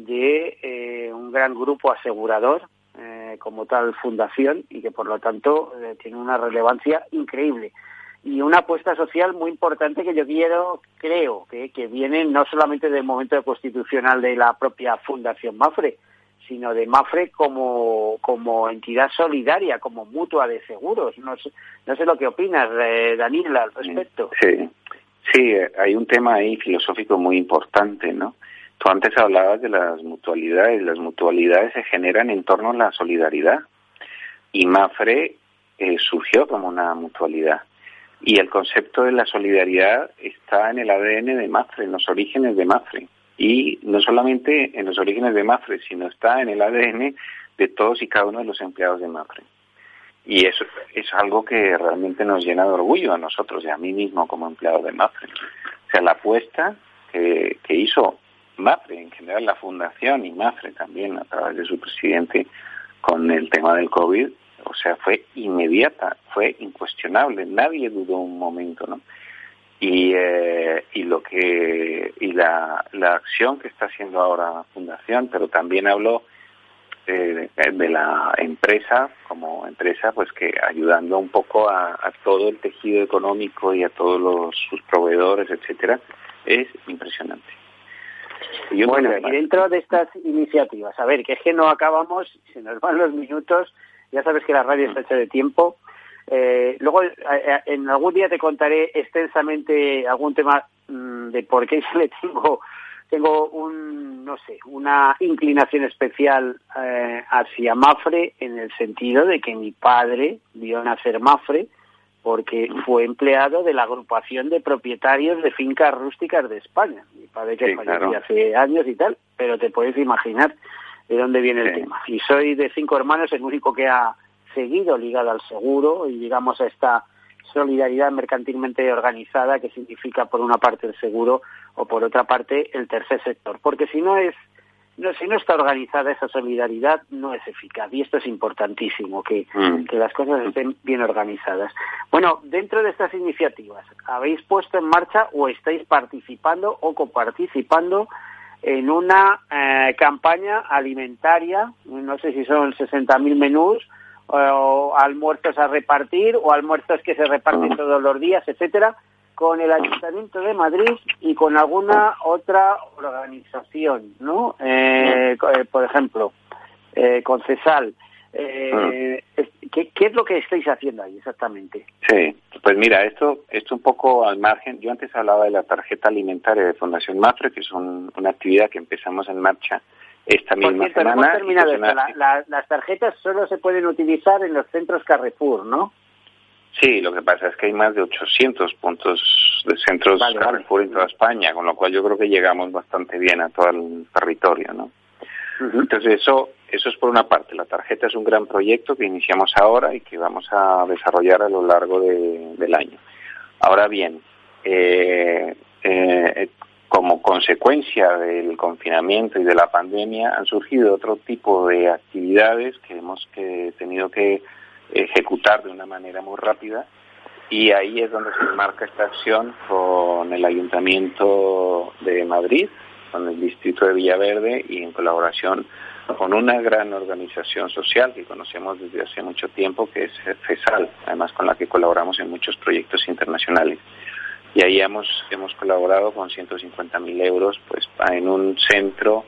de un gran grupo asegurador como tal fundación y que por lo tanto tiene una relevancia increíble y una apuesta social muy importante que yo creo que viene no solamente del momento constitucional de la propia Fundación Mapfre, sino de Mapfre como entidad solidaria, como mutua de seguros. No sé lo que opinas, Daniel, al respecto. Sí, hay un tema ahí filosófico muy importante, ¿no? Tú antes hablabas de las mutualidades se generan en torno a la solidaridad y Mapfre surgió como una mutualidad y el concepto de la solidaridad está en el ADN de Mapfre, en los orígenes de Mapfre y no solamente en los orígenes de Mapfre, sino está en el ADN de todos y cada uno de los empleados de Mapfre. Y eso es algo que realmente nos llena de orgullo a nosotros y a mí mismo como empleado de Mapfre. O sea, la apuesta que hizo Mapfre, en general la Fundación y Mapfre también a través de su presidente con el tema del COVID, o sea, fue inmediata, fue incuestionable, nadie dudó un momento, ¿no? Y la acción que está haciendo ahora la Fundación, pero también habló de la empresa como empresa, pues que ayudando un poco a todo el tejido económico y a todos sus proveedores, etcétera, es impresionante. Y dentro de estas iniciativas, a ver, que es que no acabamos, se nos van los minutos, ya sabes que la radio está hecha de tiempo. Luego, en algún día te contaré extensamente algún tema de por qué yo le tengo una inclinación especial hacia Mapfre, en el sentido de que mi padre vio nacer Mapfre porque fue empleado de la agrupación de propietarios de fincas rústicas de España. Mi padre que falleció hace años y tal, pero te puedes imaginar de dónde viene el tema. Y soy de 5 hermanos, el único que ha seguido ligado al seguro y digamos a esta solidaridad mercantilmente organizada que significa por una parte el seguro o por otra parte el tercer sector, porque si no está organizada esa solidaridad no es eficaz y esto es importantísimo, que las cosas estén bien organizadas. Bueno, dentro de estas iniciativas, ¿habéis puesto en marcha o estáis participando o coparticipando en una campaña alimentaria? No sé si son 60.000 menús o almuerzos a repartir o almuerzos que se reparten todos los días, etcétera, con el Ayuntamiento de Madrid y con alguna otra organización, ¿no? Por ejemplo, con CESAL. ¿Qué es lo que estáis haciendo ahí exactamente? Sí, pues mira, esto un poco al margen. Yo antes hablaba de la tarjeta alimentaria de Fundación Mapfre, que es una actividad que empezamos en marcha esta misma semana. No hemos terminado esto. Las tarjetas solo se pueden utilizar en los centros Carrefour, ¿no? Sí, lo que pasa es que hay más de 800 puntos de centros Carrefour en toda España, con lo cual yo creo que llegamos bastante bien a todo el territorio, ¿no? Entonces eso es por una parte. La tarjeta es un gran proyecto que iniciamos ahora y que vamos a desarrollar a lo largo del año. Ahora bien, como consecuencia del confinamiento y de la pandemia han surgido otro tipo de actividades que hemos tenido que ejecutar de una manera muy rápida, y ahí es donde se enmarca esta acción con el Ayuntamiento de Madrid, con el Distrito de Villaverde y en colaboración con una gran organización social que conocemos desde hace mucho tiempo, que es FESAL, además con la que colaboramos en muchos proyectos internacionales. Y ahí hemos colaborado con 150.000 euros pues en un centro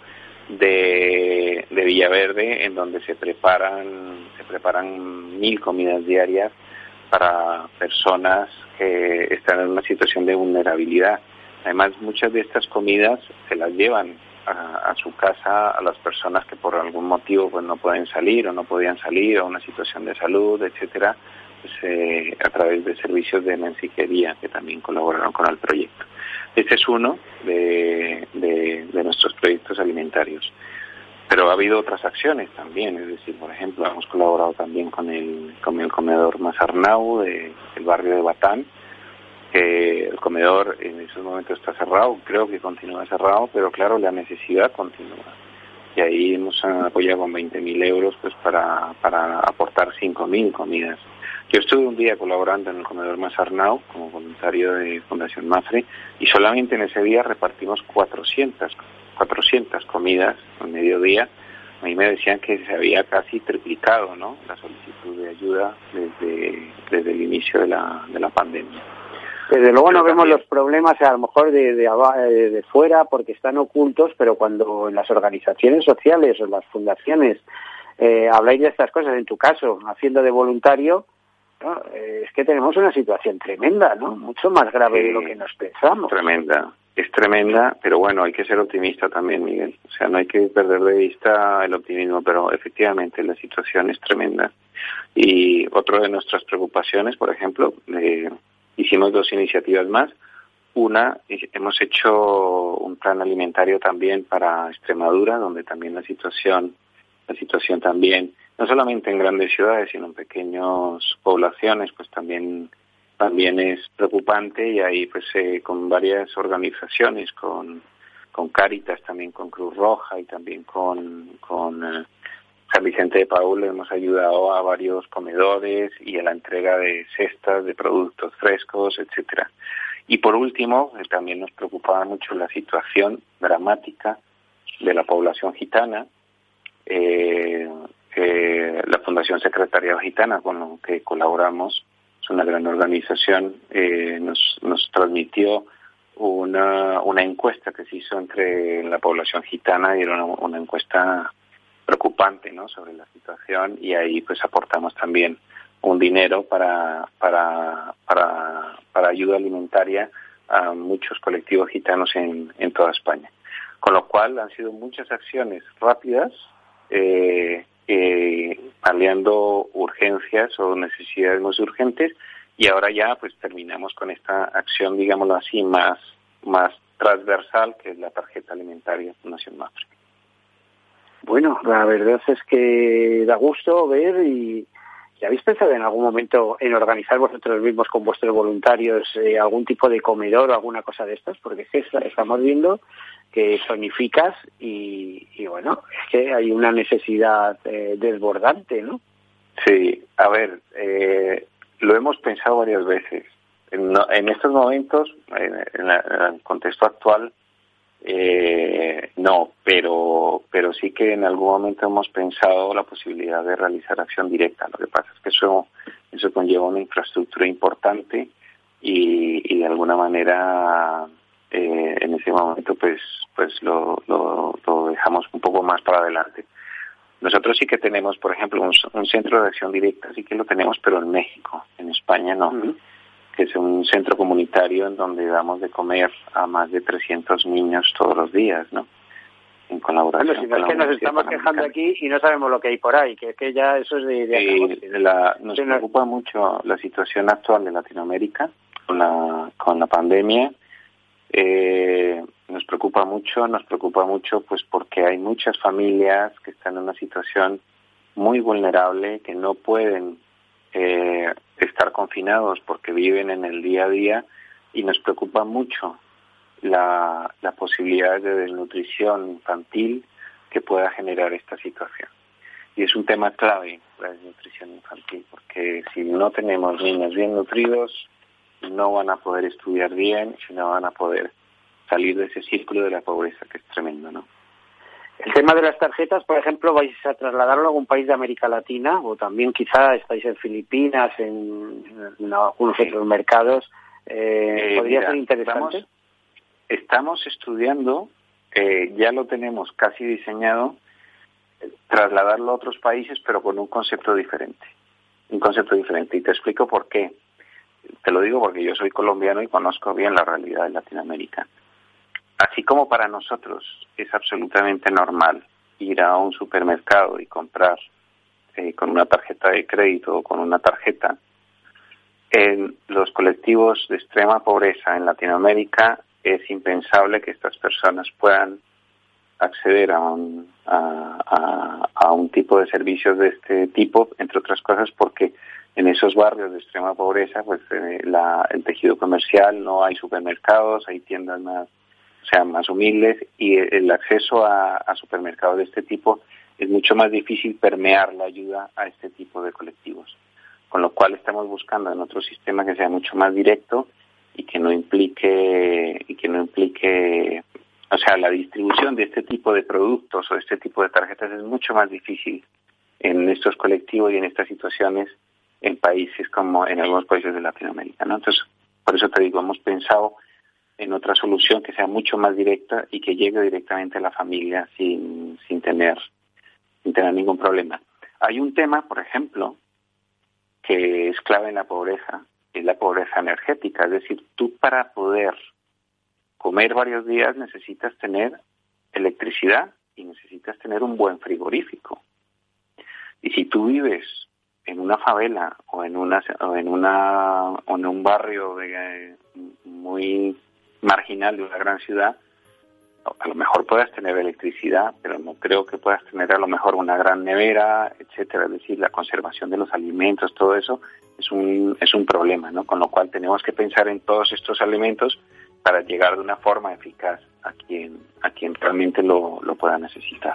de Villaverde, en donde se preparan 1.000 comidas diarias para personas que están en una situación de vulnerabilidad. Además, muchas de estas comidas se las llevan a su casa a las personas que por algún motivo pues no pueden salir o no podían salir, o una situación de salud, etcétera, pues, a través de servicios de mensajería que también colaboraron con el proyecto. Este es uno de nuestros proyectos alimentarios. Pero ha habido otras acciones también, es decir, por ejemplo, hemos colaborado también con el comedor Masarnau del barrio de Batán, que el comedor en esos momentos está cerrado, creo que continúa cerrado, pero claro, la necesidad continúa. Y ahí hemos apoyado con 20.000 euros pues para aportar 5.000 comidas. Yo estuve un día colaborando en el comedor Masarnau como voluntario de Fundación Mafre, y solamente en ese día repartimos 400 comidas al mediodía. A mí me decían que se había casi triplicado, ¿no?, la solicitud de ayuda desde el inicio de la pandemia. Desde luego no vemos los problemas a lo mejor de fuera porque están ocultos, pero cuando en las organizaciones sociales o en las fundaciones habláis de estas cosas, en tu caso, haciendo de voluntario, ¿no?, es que tenemos una situación tremenda, ¿no?, mucho más grave de lo que nos pensamos. Es tremenda, pero bueno, hay que ser optimista también, Miguel. O sea, no hay que perder de vista el optimismo, pero efectivamente la situación es tremenda. Y otra de nuestras preocupaciones, por ejemplo, hicimos 2 iniciativas más. Una, hemos hecho un plan alimentario también para Extremadura, donde también la situación también, no solamente en grandes ciudades, sino en pequeñas poblaciones, pues también es preocupante, y ahí pues con varias organizaciones, con Cáritas, también con Cruz Roja y también con San Vicente de Paúl hemos ayudado a varios comedores y a la entrega de cestas de productos frescos, etcétera. Y por último, también nos preocupaba mucho la situación dramática de la población gitana. La Fundación Secretariado Gitana, con la que colaboramos, es una gran organización, nos transmitió una encuesta que se hizo entre la población gitana, y era una encuesta preocupante, ¿no?, sobre la situación, y ahí pues aportamos también un dinero para ayuda alimentaria a muchos colectivos gitanos en toda España. Con lo cual han sido muchas acciones rápidas, paliando urgencias o necesidades más urgentes, y ahora ya pues terminamos con esta acción, digámoslo así, más transversal, que es la tarjeta alimentaria Fundación Mafre. Bueno, la verdad es que da gusto ver. ¿Y habéis pensado en algún momento en organizar vosotros mismos con vuestros voluntarios algún tipo de comedor o alguna cosa de estas? Porque es que estamos viendo que zonificas y bueno, es que hay una necesidad desbordante, ¿no? Sí, a ver, lo hemos pensado varias veces. En estos momentos, en el contexto actual, no, pero sí que en algún momento hemos pensado la posibilidad de realizar acción directa. Lo que pasa es que eso conlleva una infraestructura importante y de alguna manera en ese momento pues lo dejamos un poco más para adelante. Nosotros sí que tenemos, por ejemplo, un centro de acción directa, sí que lo tenemos, pero en México, en España no. Que es un centro comunitario en donde damos de comer a más de 300 niños todos los días, ¿no?, en colaboración Bueno, si no es que nos estamos quejando aquí y no sabemos lo que hay por ahí, que es que ya eso es nos preocupa mucho la situación actual de Latinoamérica con la pandemia. Nos preocupa mucho pues porque hay muchas familias que están en una situación muy vulnerable, que no pueden estar confinados porque viven en el día a día, y nos preocupa mucho la posibilidad de desnutrición infantil que pueda generar esta situación. Y es un tema clave, la desnutrición infantil, porque si no tenemos niños bien nutridos, no van a poder estudiar bien y no van a poder salir de ese círculo de la pobreza, que es tremendo, ¿no? El tema de las tarjetas, por ejemplo, ¿vais a trasladarlo a algún país de América Latina? O también quizá estáis en Filipinas, en algunos otros mercados. ¿Podría ser interesante? Estamos estudiando, ya lo tenemos casi diseñado, trasladarlo a otros países, pero con un concepto diferente. Y te explico por qué. Te lo digo porque yo soy colombiano y conozco bien la realidad de Latinoamérica. Así como para nosotros es absolutamente normal ir a un supermercado y comprar con una tarjeta de crédito o con una tarjeta, en los colectivos de extrema pobreza en Latinoamérica es impensable que estas personas puedan acceder a un tipo de servicios de este tipo, entre otras cosas porque en esos barrios de extrema pobreza, pues el tejido comercial, no hay supermercados, hay tiendas más humildes, y el acceso a supermercados de este tipo es mucho más difícil permear la ayuda a este tipo de colectivos. Con lo cual estamos buscando en otro sistema que sea mucho más directo y que no implique, o sea, la distribución de este tipo de productos o de este tipo de tarjetas es mucho más difícil en estos colectivos y en estas situaciones en países como en algunos países de Latinoamérica, ¿no? Entonces, por eso te digo, hemos pensado en otra solución que sea mucho más directa y que llegue directamente a la familia sin tener ningún problema. Hay un tema, por ejemplo, que es clave en la pobreza, es la pobreza energética. Es decir, tú para poder comer varios días necesitas tener electricidad y necesitas tener un buen frigorífico. Y si tú vives en una favela o en un barrio muy marginal de una gran ciudad, a lo mejor puedas tener electricidad, pero no creo que puedas tener a lo mejor una gran nevera, etcétera. Es decir, la conservación de los alimentos, todo eso es un problema, ¿no? Con lo cual tenemos que pensar en todos estos elementos para llegar de una forma eficaz a quien realmente lo pueda necesitar.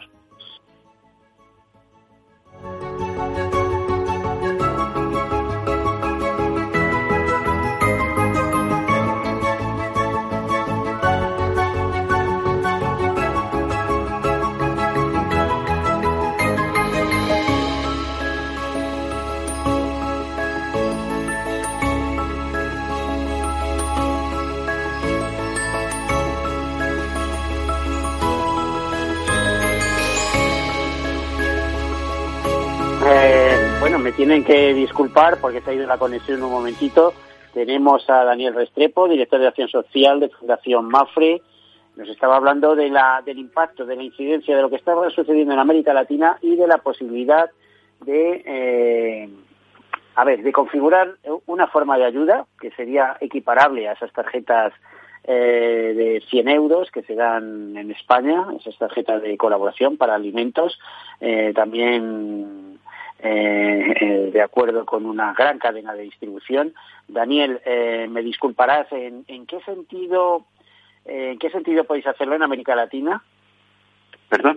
Bueno, me tienen que disculpar porque se ha ido la conexión un momentito. Tenemos a Daniel Restrepo, director de Acción Social de Fundación Mapfre. Nos estaba hablando del impacto, de la incidencia de lo que estaba sucediendo en América Latina y de la posibilidad de configurar una forma de ayuda que sería equiparable a esas tarjetas de 100 euros que se dan en España, esas tarjetas de colaboración para alimentos, también de acuerdo con una gran cadena de distribución. Daniel, me disculparás, ¿en qué sentido podéis hacerlo en América Latina? ¿Perdón?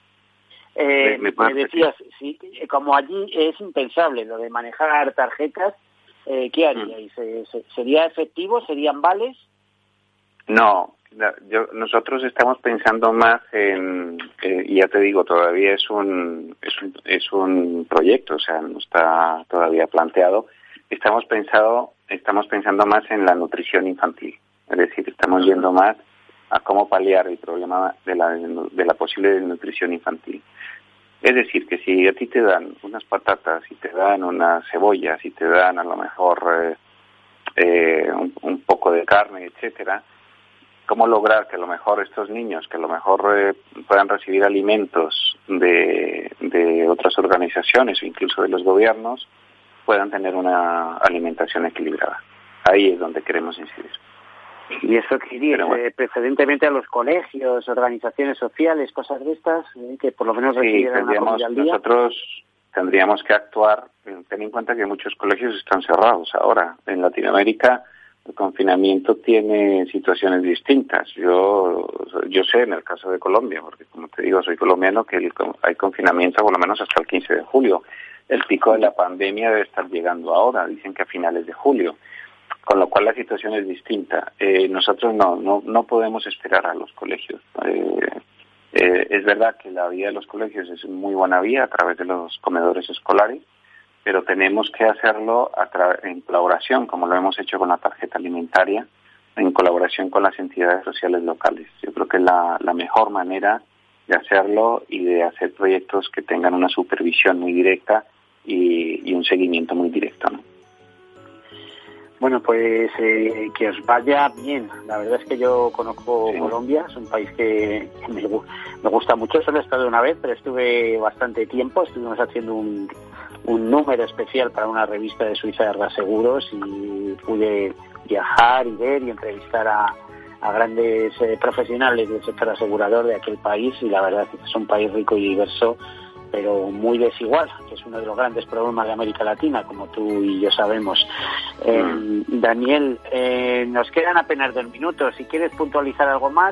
Me decías, sí, como allí es impensable lo de manejar tarjetas, ¿qué haríais? ¿Sería efectivo? ¿Serían vales? No, nosotros estamos pensando más en, y ya te digo, todavía es un proyecto, o sea, no está todavía planteado. Estamos pensando más en la nutrición infantil, es decir, estamos yendo más a cómo paliar el problema de la posible desnutrición infantil. Es decir, que si a ti te dan unas patatas, si te dan unas cebollas, si te dan a lo mejor un poco de carne, etcétera, cómo lograr que a lo mejor estos niños, que a lo mejor puedan recibir alimentos de otras organizaciones o incluso de los gobiernos, puedan tener una alimentación equilibrada. Ahí es donde queremos incidir. Y eso que iría precedentemente a los colegios, organizaciones sociales, cosas de estas, que por lo menos recibieran una comida al día. Nosotros tendríamos que actuar, ten en cuenta que muchos colegios están cerrados ahora. En Latinoamérica el confinamiento tiene situaciones distintas. Yo sé en el caso de Colombia, porque como te digo, soy colombiano, que hay confinamiento por lo menos hasta el 15 de julio. El pico de la pandemia debe estar llegando ahora, dicen que a finales de julio. Con lo cual la situación es distinta. Nosotros no podemos esperar a los colegios. Es verdad que la vía de los colegios es muy buena vía a través de los comedores escolares, pero tenemos que hacerlo en colaboración, como lo hemos hecho con la tarjeta alimentaria, en colaboración con las entidades sociales locales. Yo creo que es la mejor manera de hacerlo y de hacer proyectos que tengan una supervisión muy directa y un seguimiento muy directo, ¿no? Bueno, pues que os vaya bien. La verdad es que yo conozco Colombia, es un país que me gusta mucho. Solo he estado una vez, pero estuve bastante tiempo. Estuvimos haciendo un número especial para una revista de Suiza de Reaseguros y pude viajar y ver y entrevistar a grandes profesionales del sector asegurador de aquel país, y la verdad es que es un país rico y diverso, pero muy desigual, que es uno de los grandes problemas de América Latina, como tú y yo sabemos. Daniel, nos quedan apenas 2 minutos. Si quieres puntualizar algo más.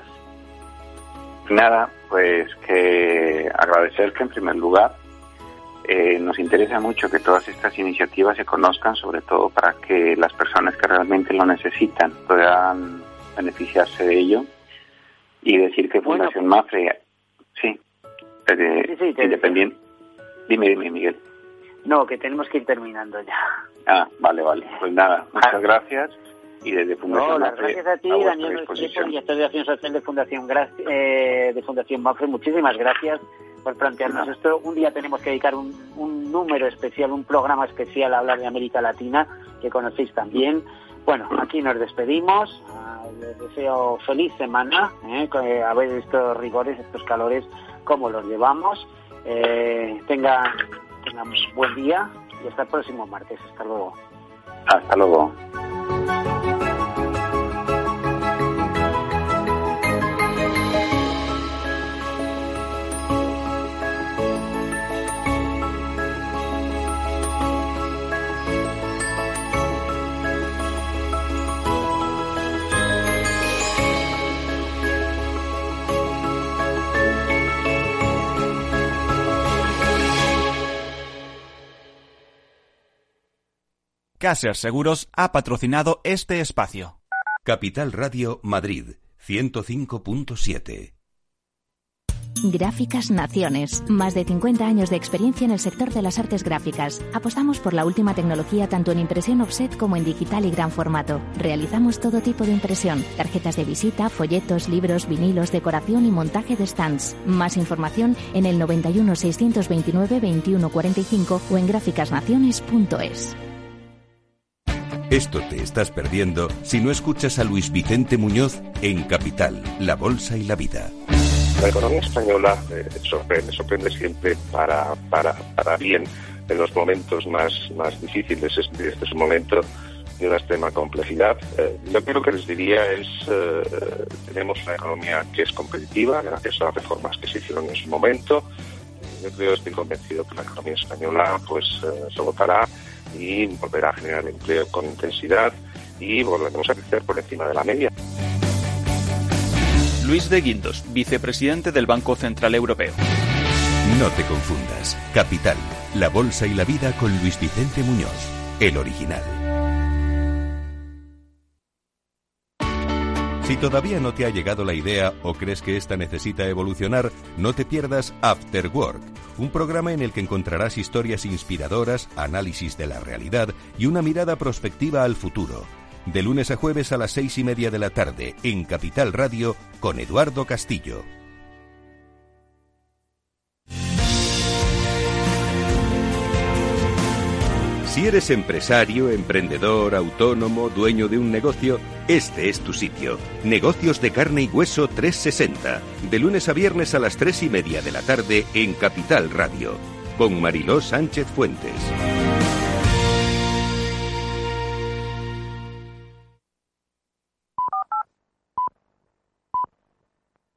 Nada, pues que agradecer que en primer lugar nos interesa mucho que todas estas iniciativas se conozcan, sobre todo para que las personas que realmente lo necesitan puedan beneficiarse de ello, y decir que Fundación Mapfre, sí, independiente. Dime, Miguel. No, que tenemos que ir terminando ya. Ah, vale. Pues nada, muchas gracias. Y desde Fundación Mapfre, gracias a ti, Daniel Restrepo, director de Acción Social de Fundación Mapfre. Muchísimas gracias por plantearnos esto. Un día tenemos que dedicar un número especial, un programa especial a hablar de América Latina, que conocéis también. Bueno, aquí nos despedimos. Les deseo feliz semana, a ver estos rigores, estos calores, cómo los llevamos. Tengan buen día y hasta el próximo martes. Hasta luego. Hasta luego. Caser Seguros ha patrocinado este espacio. Capital Radio Madrid, 105.7. Gráficas Naciones. Más de 50 años de experiencia en el sector de las artes gráficas. Apostamos por la última tecnología tanto en impresión offset como en digital y gran formato. Realizamos todo tipo de impresión. Tarjetas de visita, folletos, libros, vinilos, decoración y montaje de stands. Más información en el 91 629 2145 o en gráficasnaciones.es. Esto te estás perdiendo si no escuchas a Luis Vicente Muñoz en Capital, La Bolsa y la Vida. La economía española sorprende siempre para bien en los momentos más difíciles. Este es un momento de una extrema complejidad. Yo creo que les diría es, tenemos una economía que es competitiva gracias a las reformas que se hicieron en su momento. Yo estoy convencido que la economía española se votará y volverá a generar empleo con intensidad y volveremos a crecer por encima de la media. Luis de Guindos, vicepresidente del Banco Central Europeo. No te confundas. Capital, La Bolsa y la Vida con Luis Vicente Muñoz, el original. Si todavía no te ha llegado la idea o crees que esta necesita evolucionar, no te pierdas After Work, un programa en el que encontrarás historias inspiradoras, análisis de la realidad y una mirada prospectiva al futuro. De lunes a jueves a las 6:30 de la tarde en Capital Radio con Eduardo Castillo. Si eres empresario, emprendedor, autónomo, dueño de un negocio, este es tu sitio. Negocios de Carne y Hueso 360. De lunes a viernes a las 3:30 de la tarde en Capital Radio. Con Mariló Sánchez Fuentes.